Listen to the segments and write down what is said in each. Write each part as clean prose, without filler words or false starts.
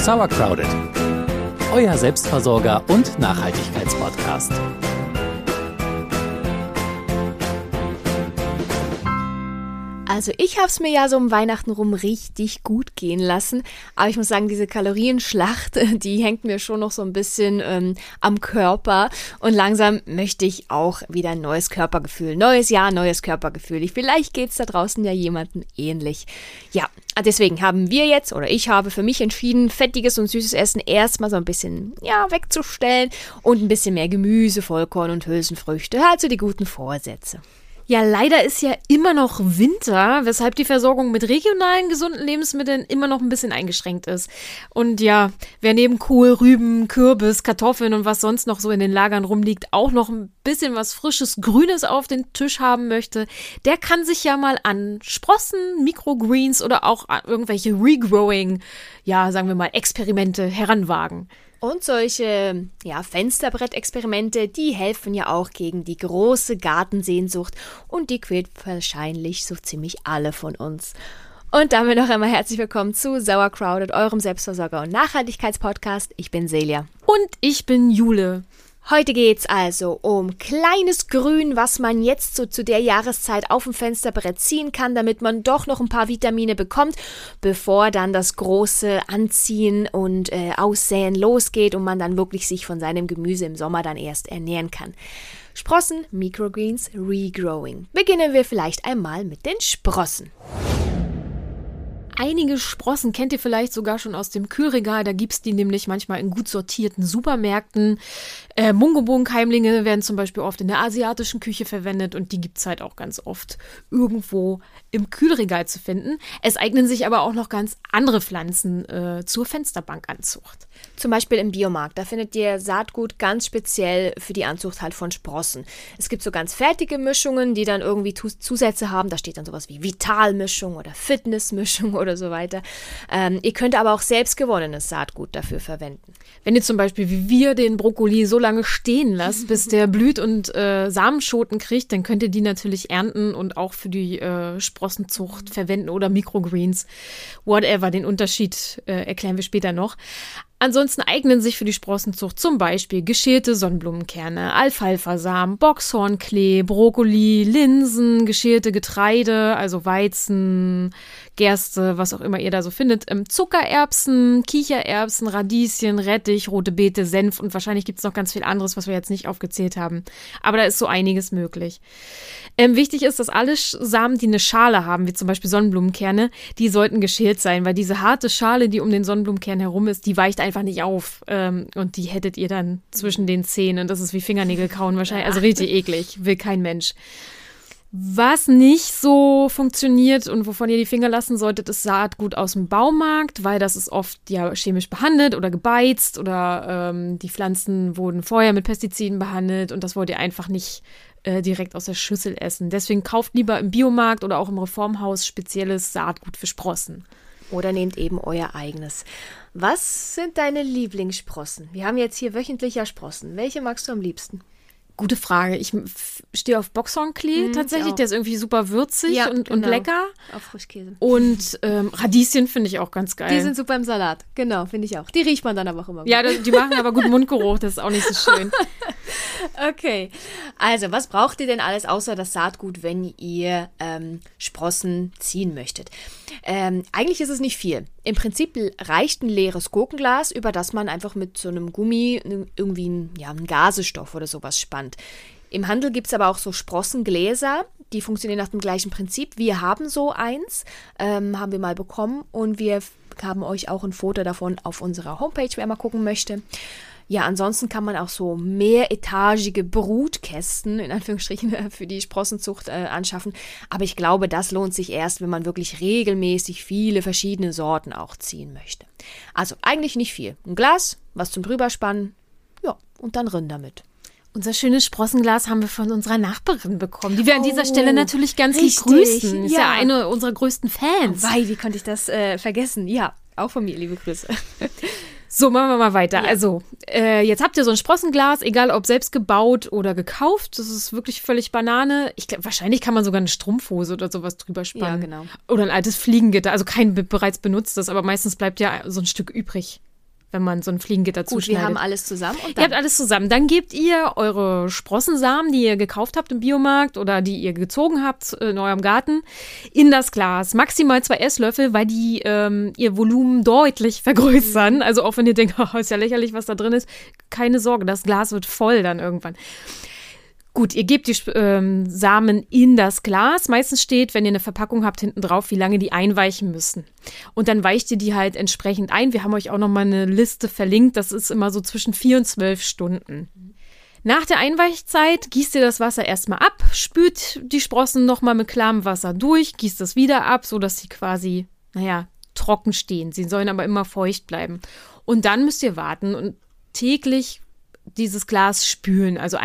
Sauercrowded, euer Selbstversorger und Nachhaltigkeitspodcast. Also ich habe es mir ja so um Weihnachten rum richtig gut gehen lassen, aber ich muss sagen, diese Kalorienschlacht, die hängt mir schon noch so ein bisschen am Körper und langsam möchte ich auch wieder ein neues Körpergefühl. Neues Jahr, neues Körpergefühl. Vielleicht geht's da draußen ja jemandem ähnlich. Ja, deswegen haben wir jetzt, oder ich habe für mich entschieden, fettiges und süßes Essen erstmal so ein bisschen wegzustellen und ein bisschen mehr Gemüse, Vollkorn und Hülsenfrüchte, also die guten Vorsätze. Ja, leider ist ja immer noch Winter, weshalb die Versorgung mit regionalen, gesunden Lebensmitteln immer noch ein bisschen eingeschränkt ist. Und ja, wer neben Kohl, Rüben, Kürbis, Kartoffeln und was sonst noch so in den Lagern rumliegt, auch noch ein bisschen was Frisches, Grünes auf den Tisch haben möchte, der kann sich ja mal an Sprossen, Microgreens oder auch an irgendwelche Regrowing, sagen wir mal, Experimente heranwagen. Und solche Fensterbrett-Experimente, die helfen ja auch gegen die große Gartensehnsucht und die quält wahrscheinlich so ziemlich alle von uns. Und damit noch einmal herzlich willkommen zu Sauercrowded, eurem Selbstversorger- und Nachhaltigkeitspodcast. Ich bin Celia. Und ich bin Jule. Heute geht's also um kleines Grün, was man jetzt so zu der Jahreszeit auf dem Fensterbrett ziehen kann, damit man doch noch ein paar Vitamine bekommt, bevor dann das große Anziehen und Aussäen losgeht und man dann wirklich sich von seinem Gemüse im Sommer dann erst ernähren kann. Sprossen, Microgreens, Regrowing. Beginnen wir vielleicht einmal mit den Sprossen. Einige Sprossen kennt ihr vielleicht sogar schon aus dem Kühlregal, da gibt's die nämlich manchmal in gut sortierten Supermärkten. Mungobon-Keimlinge werden zum Beispiel oft in der asiatischen Küche verwendet und die gibt's halt auch ganz oft irgendwo im Kühlregal zu finden. Es eignen sich aber auch noch ganz andere Pflanzen zur Fensterbankanzucht. Zum Beispiel im Biomarkt, da findet ihr Saatgut ganz speziell für die Anzucht halt von Sprossen. Es gibt so ganz fertige Mischungen, die dann irgendwie Zusätze haben, da steht dann sowas wie Vitalmischung oder Fitnessmischung oder so weiter. Ihr könnt aber auch selbstgewonnenes Saatgut dafür verwenden. Wenn ihr zum Beispiel wie wir den Brokkoli so lange stehen lasst, bis der blüht und Samenschoten kriegt, dann könnt ihr die natürlich ernten und auch für die Sprossenzucht verwenden oder Microgreens. Whatever, den Unterschied erklären wir später noch. Ansonsten eignen sich für die Sprossenzucht zum Beispiel geschälte Sonnenblumenkerne, Alfalfasamen, Boxhornklee, Brokkoli, Linsen, geschälte Getreide, also Weizen, Gerste, was auch immer ihr da so findet, Zuckererbsen, Kichererbsen, Radieschen, Rettich, rote Beete, Senf und wahrscheinlich gibt es noch ganz viel anderes, was wir jetzt nicht aufgezählt haben. Aber da ist so einiges möglich. Wichtig ist, dass alle Samen, die eine Schale haben, wie zum Beispiel Sonnenblumenkerne, die sollten geschält sein, weil diese harte Schale, die um den Sonnenblumenkern herum ist, die weicht einfach nicht auf. Und die hättet ihr dann zwischen den Zähnen. Das ist wie Fingernägel kauen wahrscheinlich. Also richtig eklig. Will kein Mensch. Was nicht so funktioniert und wovon ihr die Finger lassen solltet, ist Saatgut aus dem Baumarkt, weil das ist oft chemisch behandelt oder gebeizt oder die Pflanzen wurden vorher mit Pestiziden behandelt und das wollt ihr einfach nicht direkt aus der Schüssel essen. Deswegen kauft lieber im Biomarkt oder auch im Reformhaus spezielles Saatgut für Sprossen. Oder nehmt eben euer eigenes. Was sind deine Lieblingssprossen? Wir haben jetzt hier wöchentlich Sprossen. Welche magst du am liebsten? Gute Frage. Ich stehe auf Boxhornklee tatsächlich. Der ist irgendwie super würzig und lecker. Auf Frischkäse. Und Radieschen finde ich auch ganz geil. Die sind super im Salat. Genau, finde ich auch. Die riecht man dann aber auch immer gut. Ja, die machen aber gut Mundgeruch. Das ist auch nicht so schön. Okay. Also, was braucht ihr denn alles außer das Saatgut, wenn ihr Sprossen ziehen möchtet? Eigentlich ist es nicht viel. Im Prinzip reicht ein leeres Gurkenglas, über das man einfach mit so einem Gummi irgendwie einen Gasestoff oder sowas spannt. Im Handel gibt es aber auch so Sprossengläser, die funktionieren nach dem gleichen Prinzip. Wir haben so eins, haben wir mal bekommen und wir haben euch auch ein Foto davon auf unserer Homepage, wer mal gucken möchte. Ja, ansonsten kann man auch so mehretagige Brutkästen, in Anführungsstrichen, für die Sprossenzucht anschaffen. Aber ich glaube, das lohnt sich erst, wenn man wirklich regelmäßig viele verschiedene Sorten auch ziehen möchte. Also eigentlich nicht viel. Ein Glas, was zum Drüberspannen, und dann rin damit. Unser schönes Sprossenglas haben wir von unserer Nachbarin bekommen, die wir an dieser Stelle natürlich ganz lieb richtig, grüßen. Ist ja eine unserer größten Fans. Wie konnte ich das vergessen? Ja, auch von mir, liebe Grüße. So, machen wir mal weiter. Ja. Also, jetzt habt ihr so ein Sprossenglas, egal ob selbst gebaut oder gekauft. Das ist wirklich völlig Banane. Ich glaube, wahrscheinlich kann man sogar eine Strumpfhose oder sowas drüber spannen. Ja, genau. Oder ein altes Fliegengitter. Also kein bereits benutztes, aber meistens bleibt ja so ein Stück übrig. wenn man so ein Fliegengitter Gut, zuschneidet. wir haben alles zusammen. Und Ihr habt alles zusammen. Dann gebt ihr eure Sprossensamen, die ihr gekauft habt im Biomarkt oder die ihr gezogen habt in eurem Garten, in das Glas. Maximal 2 Esslöffel, weil die ihr Volumen deutlich vergrößern. Also auch wenn ihr denkt, oh, ist ja lächerlich, was da drin ist. Keine Sorge, das Glas wird voll dann irgendwann. Gut, ihr gebt die Samen in das Glas. Meistens steht, wenn ihr eine Verpackung habt, hinten drauf, wie lange die einweichen müssen. Und dann weicht ihr die halt entsprechend ein. Wir haben euch auch nochmal eine Liste verlinkt. Das ist immer so zwischen 4 und 12 Stunden. Nach der Einweichzeit gießt ihr das Wasser erstmal ab, spült die Sprossen nochmal mit klarem Wasser durch, gießt das wieder ab, sodass sie quasi, trocken stehen. Sie sollen aber immer feucht bleiben. Und dann müsst ihr warten und täglich dieses Glas spülen, also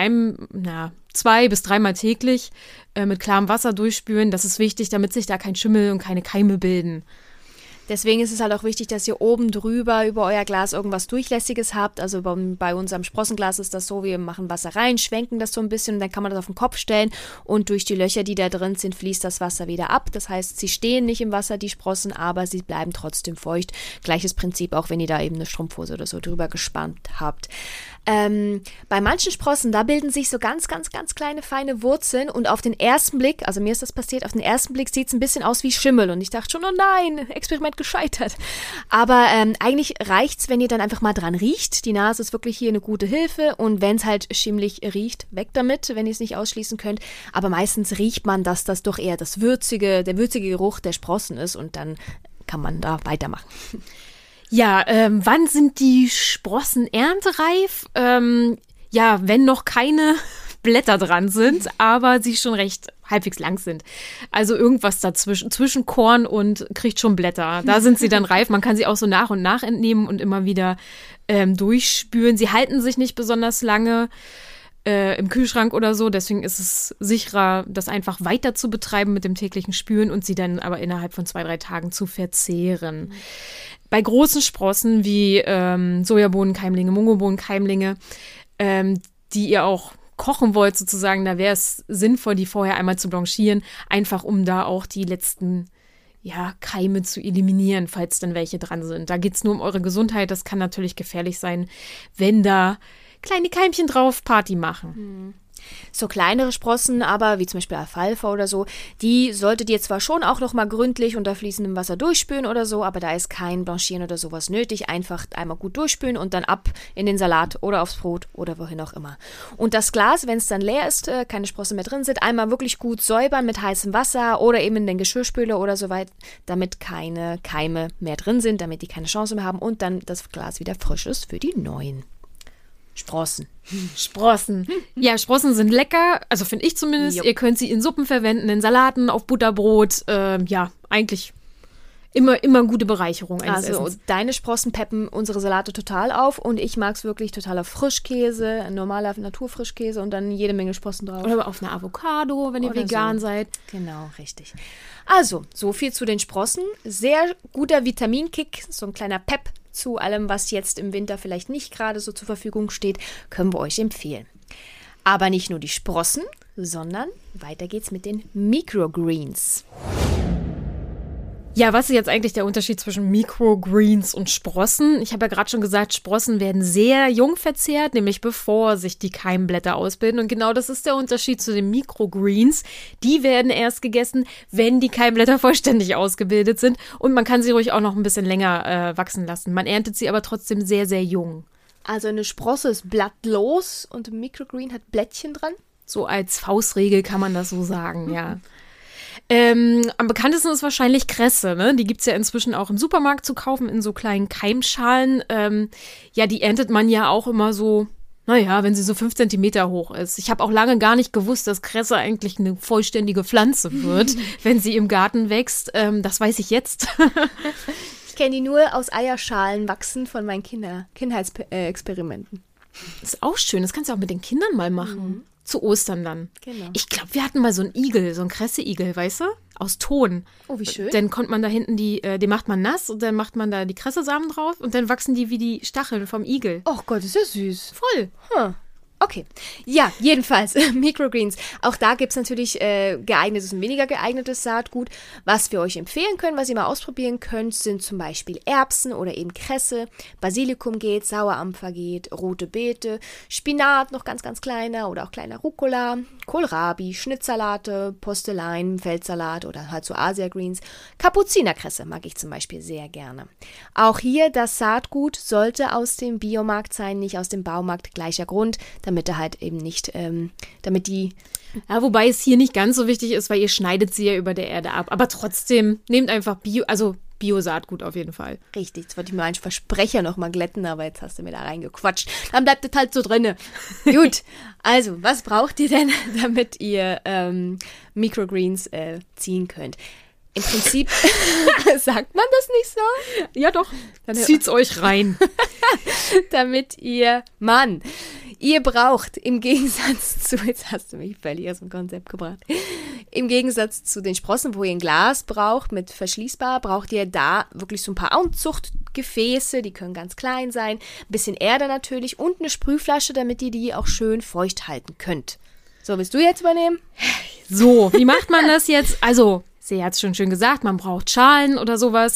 2 bis 3 Mal täglich mit klarem Wasser durchspülen. Das ist wichtig, damit sich da kein Schimmel und keine Keime bilden. Deswegen ist es halt auch wichtig, dass ihr oben drüber über euer Glas irgendwas Durchlässiges habt. Also bei unserem Sprossenglas ist das so, wir machen Wasser rein, schwenken das so ein bisschen und dann kann man das auf den Kopf stellen und durch die Löcher, die da drin sind, fließt das Wasser wieder ab. Das heißt, sie stehen nicht im Wasser, die Sprossen, aber sie bleiben trotzdem feucht. Gleiches Prinzip, auch wenn ihr da eben eine Strumpfhose oder so drüber gespannt habt. Bei manchen Sprossen, da bilden sich so ganz, ganz, ganz kleine, feine Wurzeln und auf den ersten Blick, also mir ist das passiert, auf den ersten Blick sieht es ein bisschen aus wie Schimmel und ich dachte schon, oh nein, Experiment gescheitert. Aber eigentlich reicht's, wenn ihr dann einfach mal dran riecht. Die Nase ist wirklich hier eine gute Hilfe und wenn es halt schimmelig riecht, weg damit, wenn ihr es nicht ausschließen könnt. Aber meistens riecht man, dass das doch eher der würzige Geruch der Sprossen ist und dann kann man da weitermachen. Ja, wann sind die Sprossen erntereif? Wenn noch keine Blätter dran sind, aber sie schon recht halbwegs lang sind. Also irgendwas dazwischen, zwischen Korn und kriegt schon Blätter. Da sind sie dann reif. Man kann sie auch so nach und nach entnehmen und immer wieder durchspülen. Sie halten sich nicht besonders lange im Kühlschrank oder so. Deswegen ist es sicherer, das einfach weiter zu betreiben mit dem täglichen Spülen und sie dann aber innerhalb von 2-3 Tagen zu verzehren. Bei großen Sprossen wie Sojabohnenkeimlinge, Mungobohnenkeimlinge, die ihr auch kochen wollt sozusagen, da wäre es sinnvoll, die vorher einmal zu blanchieren, einfach um da auch die letzten Keime zu eliminieren, falls dann welche dran sind. Da geht es nur um eure Gesundheit. Das kann natürlich gefährlich sein, wenn da kleine Keimchen drauf Party machen. So kleinere Sprossen, aber wie zum Beispiel Alfalfa oder so, die solltet ihr zwar schon auch noch mal gründlich unter fließendem Wasser durchspülen oder so, aber da ist kein Blanchieren oder sowas nötig. Einfach einmal gut durchspülen und dann ab in den Salat oder aufs Brot oder wohin auch immer. Und das Glas, wenn es dann leer ist, keine Sprossen mehr drin sind, einmal wirklich gut säubern mit heißem Wasser oder eben in den Geschirrspüler oder so weit, damit keine Keime mehr drin sind, damit die keine Chance mehr haben und dann das Glas wieder frisch ist für die neuen Sprossen. Ja, Sprossen sind lecker, also finde ich zumindest. Jupp. Ihr könnt sie in Suppen verwenden, in Salaten, auf Butterbrot. Eigentlich immer gute Bereicherung eines Essens. Deine Sprossen peppen unsere Salate total auf und ich mag es wirklich total auf Frischkäse, ein normaler Naturfrischkäse und dann jede Menge Sprossen drauf. Oder auf eine Avocado, wenn ihr vegan seid. Genau, richtig. Also, so viel zu den Sprossen. Sehr guter Vitaminkick, so ein kleiner Pep zu allem, was jetzt im Winter vielleicht nicht gerade so zur Verfügung steht, können wir euch empfehlen. Aber nicht nur die Sprossen, sondern weiter geht's mit den Microgreens. Ja, was ist jetzt eigentlich der Unterschied zwischen Microgreens und Sprossen? Ich habe ja gerade schon gesagt, Sprossen werden sehr jung verzehrt, nämlich bevor sich die Keimblätter ausbilden. Und genau das ist der Unterschied zu den Microgreens. Die werden erst gegessen, wenn die Keimblätter vollständig ausgebildet sind. Und man kann sie ruhig auch noch ein bisschen länger wachsen lassen. Man erntet sie aber trotzdem sehr, sehr jung. Also eine Sprosse ist blattlos und ein Microgreen hat Blättchen dran? So als Faustregel kann man das so sagen, ja. Am bekanntesten ist wahrscheinlich Kresse, ne? Die gibt es ja inzwischen auch im Supermarkt zu kaufen in so kleinen Keimschalen. Die erntet man ja auch immer so, wenn sie so 5 Zentimeter hoch ist. Ich habe auch lange gar nicht gewusst, dass Kresse eigentlich eine vollständige Pflanze wird, wenn sie im Garten wächst. Das weiß ich jetzt. Ich kenne die nur aus Eierschalen wachsen von meinen Kindheitsexperimenten. Das ist auch schön, das kannst du auch mit den Kindern mal machen. Zu Ostern dann. Genau. Ich glaube, wir hatten mal so einen Igel, so einen Kresse-Igel, weißt du? Aus Ton. Oh, wie schön. Dann konnte man da hinten den macht man nass und dann macht man da die Kressesamen drauf und dann wachsen die wie die Stacheln vom Igel. Oh Gott, ist ja süß. Voll. Okay, ja, jedenfalls, Microgreens. Auch da gibt es natürlich geeignetes und weniger geeignetes Saatgut. Was wir euch empfehlen können, was ihr mal ausprobieren könnt, sind zum Beispiel Erbsen oder eben Kresse, Basilikum geht, Sauerampfer geht, rote Beete, Spinat, noch ganz, ganz kleiner oder auch kleiner Rucola, Kohlrabi, Schnittsalate, Postelein, Feldsalat oder halt so Asia-Greens. Kapuzinerkresse mag ich zum Beispiel sehr gerne. Auch hier das Saatgut sollte aus dem Biomarkt sein, nicht aus dem Baumarkt, gleicher Grund, damit er halt eben nicht, damit die... Ja, wobei es hier nicht ganz so wichtig ist, weil ihr schneidet sie ja über der Erde ab. Aber trotzdem, nehmt einfach Bio-Saatgut auf jeden Fall. Richtig, jetzt wollte ich mir einen Versprecher nochmal glätten, aber jetzt hast du mir da reingequatscht. Dann bleibt das halt so drinne. Gut, also, was braucht ihr denn, damit ihr Microgreens ziehen könnt? Im Prinzip, sagt man das nicht so? Ja doch, dann zieht's euch rein. Damit ihr braucht im Gegensatz zu, jetzt hast du mich völlig aus dem Konzept gebracht, im Gegensatz zu den Sprossen, wo ihr ein Glas braucht mit verschließbar, braucht ihr da wirklich so ein paar Anzuchtgefäße, die können ganz klein sein, ein bisschen Erde natürlich und eine Sprühflasche, damit ihr die auch schön feucht halten könnt. So, willst du jetzt übernehmen? So, wie macht man das jetzt? Also, sie hat es schon schön gesagt, man braucht Schalen oder sowas,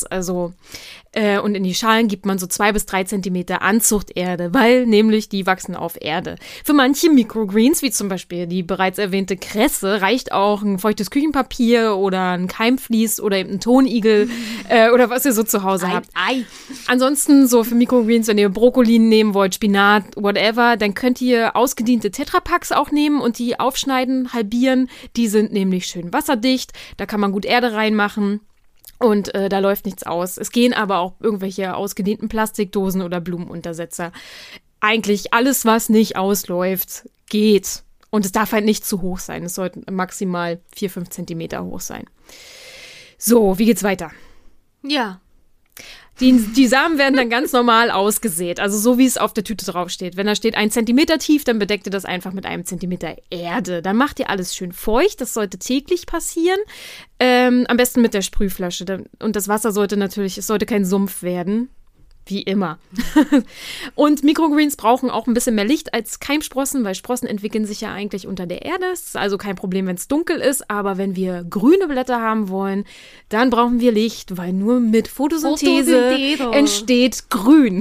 und in die Schalen gibt man so 2 bis 3 Zentimeter Anzuchterde, weil nämlich die wachsen auf Erde. Für manche Microgreens, wie zum Beispiel die bereits erwähnte Kresse, reicht auch ein feuchtes Küchenpapier oder ein Keimvlies oder eben ein Tonigel oder was ihr so zu Hause habt. Ansonsten so für Microgreens, wenn ihr Brokkoli nehmen wollt, Spinat, whatever, dann könnt ihr ausgediente Tetrapacks auch nehmen und die aufschneiden, halbieren. Die sind nämlich schön wasserdicht, da kann man gut Erde reinmachen. Und da läuft nichts aus. Es gehen aber auch irgendwelche ausgedehnten Plastikdosen oder Blumenuntersetzer. Eigentlich alles, was nicht ausläuft, geht. Und es darf halt nicht zu hoch sein. Es sollten maximal 4-5 Zentimeter hoch sein. So, wie geht's weiter? Ja. Die Samen werden dann ganz normal ausgesät, also so wie es auf der Tüte draufsteht. Wenn da steht 1 Zentimeter tief, dann bedeckt ihr das einfach mit 1 Zentimeter Erde. Dann macht ihr alles schön feucht, das sollte täglich passieren. Am besten mit der Sprühflasche. Und das Wasser es sollte kein Sumpf werden. Wie immer. Und Microgreens brauchen auch ein bisschen mehr Licht als Keimsprossen, weil Sprossen entwickeln sich ja eigentlich unter der Erde. Es ist also kein Problem, wenn es dunkel ist, aber wenn wir grüne Blätter haben wollen, dann brauchen wir Licht, weil nur mit Photosynthese entsteht Grün.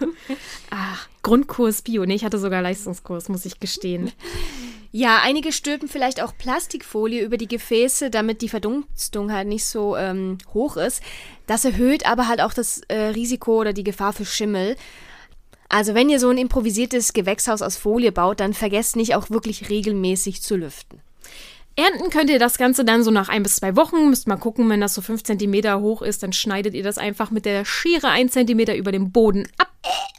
Ach, Grundkurs Bio. Nee, ich hatte sogar Leistungskurs, muss ich gestehen. Ja, einige stülpen vielleicht auch Plastikfolie über die Gefäße, damit die Verdunstung halt nicht so hoch ist. Das erhöht aber halt auch das Risiko oder die Gefahr für Schimmel. Also wenn ihr so ein improvisiertes Gewächshaus aus Folie baut, dann vergesst nicht auch wirklich regelmäßig zu lüften. Ernten könnt ihr das Ganze dann so nach 1 bis 2 Wochen. Müsst mal gucken, wenn das so 5 Zentimeter hoch ist, dann schneidet ihr das einfach mit der Schere 1 Zentimeter über dem Boden ab.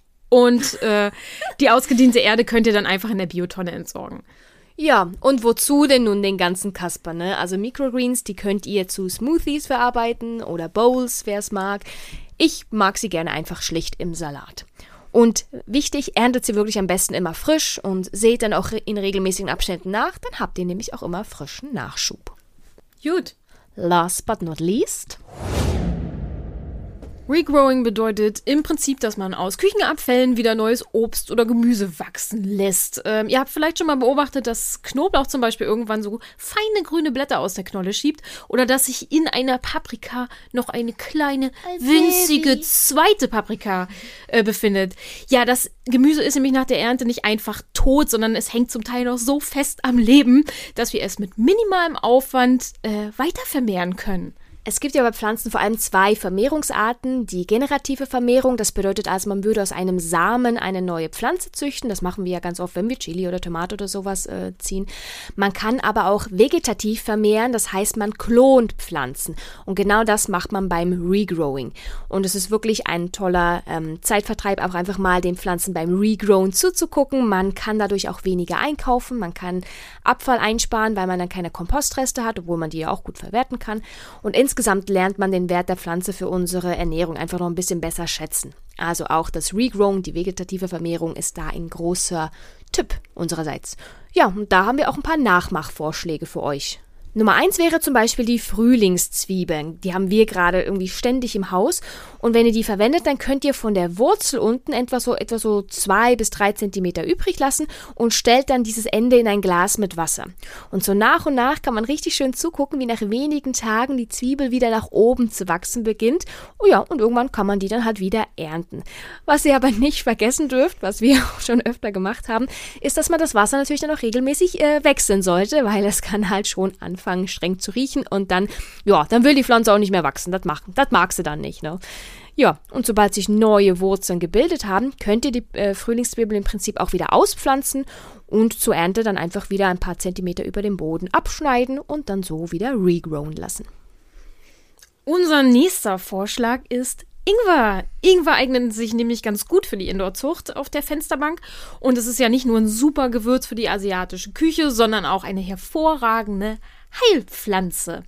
Und die ausgediente Erde könnt ihr dann einfach in der Biotonne entsorgen. Ja, und wozu denn nun den ganzen Kasper, ne? Also Microgreens, die könnt ihr zu Smoothies verarbeiten oder Bowls, wer es mag. Ich mag sie gerne einfach schlicht im Salat. Und wichtig, erntet sie wirklich am besten immer frisch und seht dann auch in regelmäßigen Abständen nach, dann habt ihr nämlich auch immer frischen Nachschub. Gut. Last but not least. Regrowing bedeutet im Prinzip, dass man aus Küchenabfällen wieder neues Obst oder Gemüse wachsen lässt. Ihr habt vielleicht schon mal beobachtet, dass Knoblauch zum Beispiel irgendwann so feine grüne Blätter aus der Knolle schiebt oder dass sich in einer Paprika noch eine kleine, winzige zweite Paprika befindet. Ja, das Gemüse ist nämlich nach der Ernte nicht einfach tot, sondern es hängt zum Teil noch so fest am Leben, dass wir es mit minimalem Aufwand weiter vermehren können. Es gibt ja bei Pflanzen vor allem 2 Vermehrungsarten. Die generative Vermehrung, das bedeutet also, man würde aus einem Samen eine neue Pflanze züchten. Das machen wir ja ganz oft, wenn wir Chili oder Tomate oder sowas ziehen. Man kann aber auch vegetativ vermehren, das heißt, man klont Pflanzen. Und genau das macht man beim Regrowing. Und es ist wirklich ein toller Zeitvertreib, auch einfach mal den Pflanzen beim Regrowen zuzugucken. Man kann dadurch auch weniger einkaufen, man kann Abfall einsparen, weil man dann keine Kompostreste hat, obwohl man die ja auch gut verwerten kann. Und insgesamt lernt man den Wert der Pflanze für unsere Ernährung einfach noch ein bisschen besser schätzen. Also auch das Regrowing, die vegetative Vermehrung, ist da ein großer Tipp unsererseits. Ja, und da haben wir auch ein paar Nachmachvorschläge für euch. Nummer 1 wäre zum Beispiel die Frühlingszwiebeln. Die haben wir gerade irgendwie ständig im Haus. Und wenn ihr die verwendet, dann könnt ihr von der Wurzel unten etwa so 2 bis 3 Zentimeter übrig lassen und stellt dann dieses Ende in ein Glas mit Wasser. Und so nach und nach kann man richtig schön zugucken, wie nach wenigen Tagen die Zwiebel wieder nach oben zu wachsen beginnt. Oh ja, und irgendwann kann man die dann halt wieder ernten. Was ihr aber nicht vergessen dürft, was wir auch schon öfter gemacht haben, ist, dass man das Wasser natürlich dann auch regelmäßig wechseln sollte, weil es kann halt schon anfangen, streng zu riechen und dann will die Pflanze auch nicht mehr wachsen. Das mag sie dann nicht, ne? Ja, und sobald sich neue Wurzeln gebildet haben, könnt ihr die Frühlingszwiebeln im Prinzip auch wieder auspflanzen und zur Ernte dann einfach wieder ein paar Zentimeter über dem Boden abschneiden und dann so wieder regrowen lassen. Unser nächster Vorschlag ist Ingwer. Ingwer eignet sich nämlich ganz gut für die Indoor-Zucht auf der Fensterbank. Und es ist ja nicht nur ein super Gewürz für die asiatische Küche, sondern auch eine hervorragende Heilpflanze.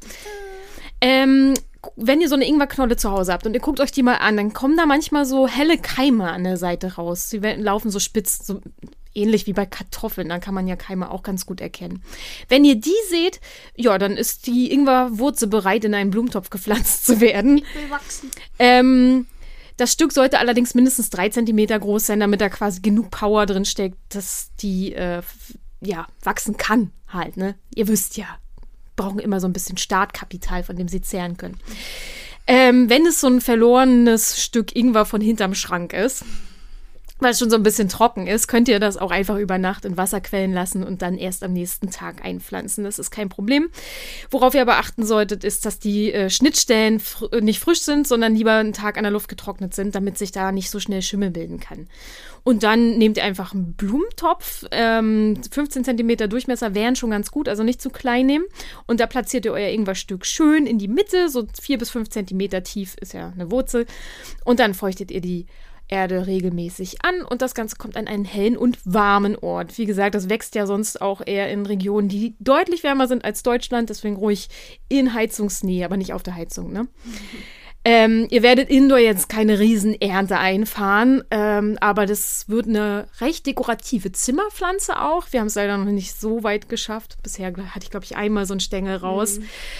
Wenn ihr so eine Ingwerknolle zu Hause habt und ihr guckt euch die mal an, dann kommen da manchmal so helle Keime an der Seite raus. Die laufen so spitz, so ähnlich wie bei Kartoffeln. Dann kann man ja Keime auch ganz gut erkennen. Wenn ihr die seht, ja, dann ist die Ingwerwurzel bereit, in einen Blumentopf gepflanzt zu werden. Ich will wachsen. Das Stück sollte allerdings mindestens 3 Zentimeter groß sein, damit da quasi genug Power drin steckt, dass die wachsen kann halt, ne? Ihr wisst ja, brauchen immer so ein bisschen Startkapital, von dem sie zehren können. Wenn es so ein verlorenes Stück Ingwer von hinterm Schrank ist, weil es schon so ein bisschen trocken ist, könnt ihr das auch einfach über Nacht in Wasser quellen lassen und dann erst am nächsten Tag einpflanzen. Das ist kein Problem. Worauf ihr aber achten solltet, ist, dass die Schnittstellen nicht frisch sind, sondern lieber einen Tag an der Luft getrocknet sind, damit sich da nicht so schnell Schimmel bilden kann. Und dann nehmt ihr einfach einen Blumentopf, 15 cm Durchmesser wären schon ganz gut, also nicht zu klein nehmen. Und da platziert ihr euer Ingwerstück schön in die Mitte, so 4 bis 5 cm tief ist ja eine Wurzel. Und dann feuchtet ihr die Erde regelmäßig an und das Ganze kommt an einen hellen und warmen Ort. Wie gesagt, das wächst ja sonst auch eher in Regionen, die deutlich wärmer sind als Deutschland, deswegen ruhig in Heizungsnähe, aber nicht auf der Heizung, ne? Ihr werdet indoor jetzt keine Riesenernte einfahren, aber das wird eine recht dekorative Zimmerpflanze auch. Wir haben es leider noch nicht so weit geschafft. Bisher hatte ich, glaube ich, einmal so einen Stängel raus.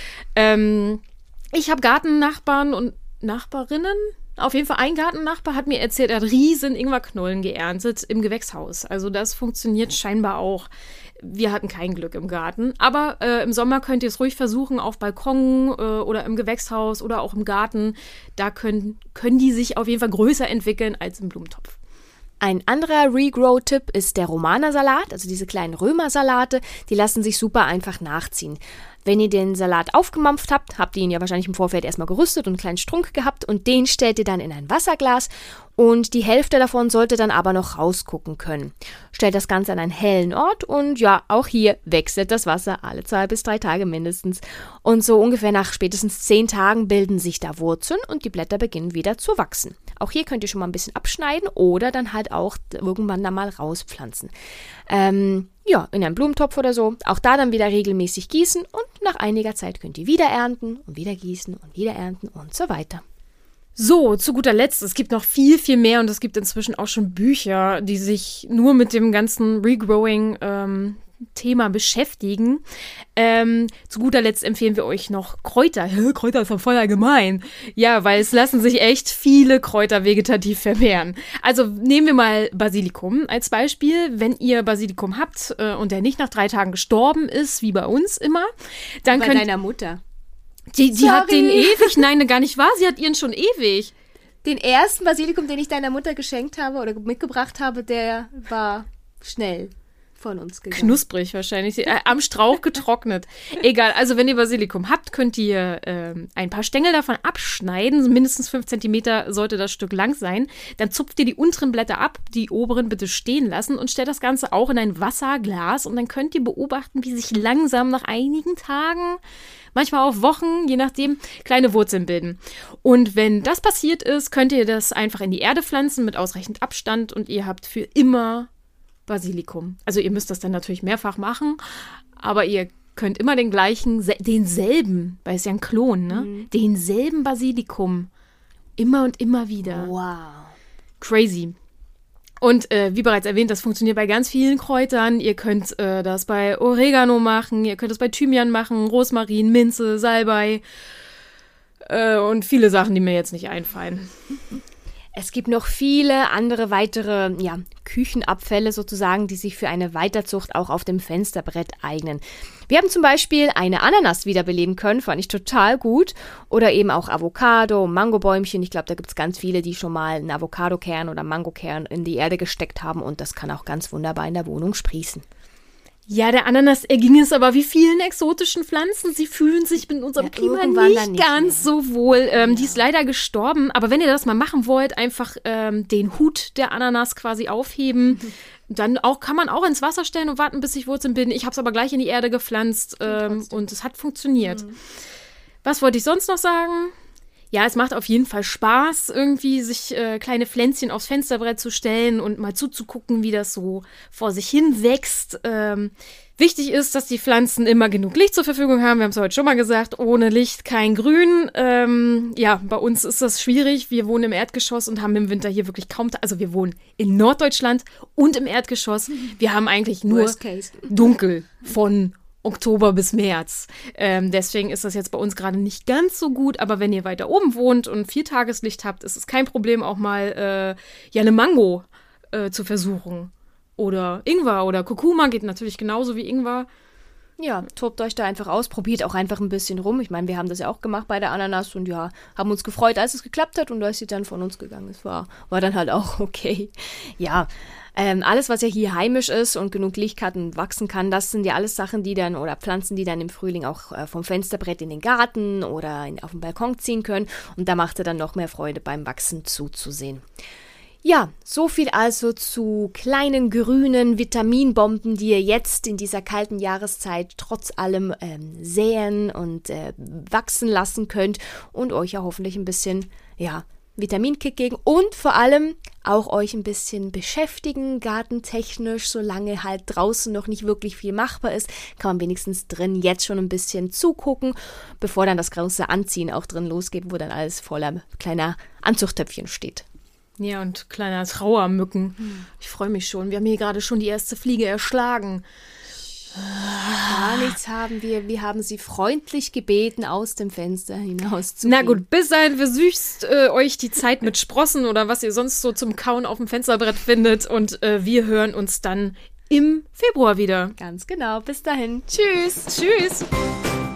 Ich habe Gartennachbarn und Nachbarinnen. Auf jeden Fall ein Gartennachbar hat mir erzählt, er hat riesen Ingwerknollen geerntet im Gewächshaus. Also das funktioniert scheinbar auch. Wir hatten kein Glück im Garten. Aber im Sommer könnt ihr es ruhig versuchen, auf Balkon oder im Gewächshaus oder auch im Garten. Da können die sich auf jeden Fall größer entwickeln als im Blumentopf. Ein anderer Regrow-Tipp ist der Romanersalat, also diese kleinen Römersalate. Die lassen sich super einfach nachziehen. Wenn ihr den Salat aufgemampft habt, habt ihr ihn ja wahrscheinlich im Vorfeld erstmal gerüstet und einen kleinen Strunk gehabt und den stellt ihr dann in ein Wasserglas und die Hälfte davon sollte dann aber noch rausgucken können. Stellt das Ganze an einen hellen Ort und ja, auch hier wechselt das Wasser alle 2 bis 3 Tage mindestens. Und so ungefähr nach spätestens 10 Tagen bilden sich da Wurzeln und die Blätter beginnen wieder zu wachsen. Auch hier könnt ihr schon mal ein bisschen abschneiden oder dann halt auch irgendwann dann mal rauspflanzen. In einem Blumentopf oder so. Auch da dann wieder regelmäßig gießen und nach einiger Zeit könnt ihr wieder ernten und wieder gießen und wieder ernten und so weiter. So, zu guter Letzt, es gibt noch viel, viel mehr und es gibt inzwischen auch schon Bücher, die sich nur mit dem ganzen Regrowing-Thema beschäftigen. Zu guter Letzt empfehlen wir euch noch Kräuter. Kräuter ist doch voll allgemein. Ja, weil es lassen sich echt viele Kräuter vegetativ vermehren. Also nehmen wir mal Basilikum als Beispiel. Wenn ihr Basilikum habt und der nicht nach 3 Tagen gestorben ist, wie bei uns immer, dann bei deiner Mutter. Die hat den ewig, nein, gar nicht wahr, sie hat ihren schon ewig. Den ersten Basilikum, den ich deiner Mutter geschenkt habe oder mitgebracht habe, der war schnell von uns gegangen. Knusprig wahrscheinlich, am Strauch getrocknet. Egal, also wenn ihr Basilikum habt, könnt ihr ein paar Stängel davon abschneiden, mindestens 5 cm sollte das Stück lang sein. Dann zupft ihr die unteren Blätter ab, die oberen bitte stehen lassen und stellt das Ganze auch in ein Wasserglas und dann könnt ihr beobachten, wie sich langsam nach einigen Tagen, manchmal auch Wochen, je nachdem, kleine Wurzeln bilden. Und wenn das passiert ist, könnt ihr das einfach in die Erde pflanzen mit ausreichend Abstand und ihr habt für immer Basilikum. Also ihr müsst das dann natürlich mehrfach machen, aber ihr könnt immer denselben, weil es ja ein Klon, ne? Denselben Basilikum immer und immer wieder. Wow. Crazy. Und wie bereits erwähnt, das funktioniert bei ganz vielen Kräutern. Ihr könnt das bei Oregano machen, ihr könnt es bei Thymian machen, Rosmarin, Minze, Salbei und viele Sachen, die mir jetzt nicht einfallen. Es gibt noch viele andere weitere Küchenabfälle sozusagen, die sich für eine Weiterzucht auch auf dem Fensterbrett eignen. Wir haben zum Beispiel eine Ananas wiederbeleben können, fand ich total gut. Oder eben auch Avocado, Mangobäumchen. Ich glaube, da gibt es ganz viele, die schon mal einen Avocadokern oder Mangokern in die Erde gesteckt haben und das kann auch ganz wunderbar in der Wohnung sprießen. Ja, der Ananas erging es aber wie vielen exotischen Pflanzen. Sie fühlen sich mit unserem Klima nicht ganz so wohl. Die ist leider gestorben. Aber wenn ihr das mal machen wollt, einfach den Hut der Ananas quasi aufheben. Dann kann man auch ins Wasser stellen und warten, bis sich Wurzeln bilden. Ich habe es aber gleich in die Erde gepflanzt und es hat funktioniert. Was wollte ich sonst noch sagen? Ja, es macht auf jeden Fall Spaß, irgendwie sich kleine Pflänzchen aufs Fensterbrett zu stellen und mal zuzugucken, wie das so vor sich hin wächst. Wichtig ist, dass die Pflanzen immer genug Licht zur Verfügung haben. Wir haben es heute schon mal gesagt, ohne Licht kein Grün. Bei uns ist das schwierig. Wir wohnen im Erdgeschoss und haben im Winter hier wirklich kaum... Also wir wohnen in Norddeutschland und im Erdgeschoss. Wir haben eigentlich nur dunkel von Oktober bis März. Deswegen ist das jetzt bei uns gerade nicht ganz so gut, aber wenn ihr weiter oben wohnt und viel Tageslicht habt, ist es kein Problem, auch mal eine Mango zu versuchen. Oder Ingwer oder Kurkuma geht natürlich genauso wie Ingwer. Ja, tobt euch da einfach aus, probiert auch einfach ein bisschen rum. Ich meine, wir haben das ja auch gemacht bei der Ananas und ja, haben uns gefreut, als es geklappt hat und als sie dann von uns gegangen ist, war dann halt auch okay. Ja, alles, was ja hier heimisch ist und genug Licht hat und wachsen kann, das sind ja alles Sachen, die dann oder Pflanzen, die dann im Frühling auch vom Fensterbrett in den Garten oder auf den Balkon ziehen können. Und da macht es dann noch mehr Freude beim Wachsen zuzusehen. Ja, so viel also zu kleinen grünen Vitaminbomben, die ihr jetzt in dieser kalten Jahreszeit trotz allem säen und wachsen lassen könnt und euch ja hoffentlich ein bisschen, Vitaminkick geben und vor allem auch euch ein bisschen beschäftigen, gartentechnisch, solange halt draußen noch nicht wirklich viel machbar ist, kann man wenigstens drin jetzt schon ein bisschen zugucken, bevor dann das große Anziehen auch drin losgeht, wo dann alles voller kleiner Anzuchttöpfchen steht. Ja, und kleiner Trauermücken. Ich freue mich schon. Wir haben hier gerade schon die erste Fliege erschlagen. Gar nichts haben wir. Wir haben sie freundlich gebeten, aus dem Fenster hinaus zu gehen. Na gut, bis dahin versüßt euch die Zeit mit Sprossen oder was ihr sonst so zum Kauen auf dem Fensterbrett findet. Und wir hören uns dann im Februar wieder. Ganz genau. Bis dahin. Tschüss. Tschüss.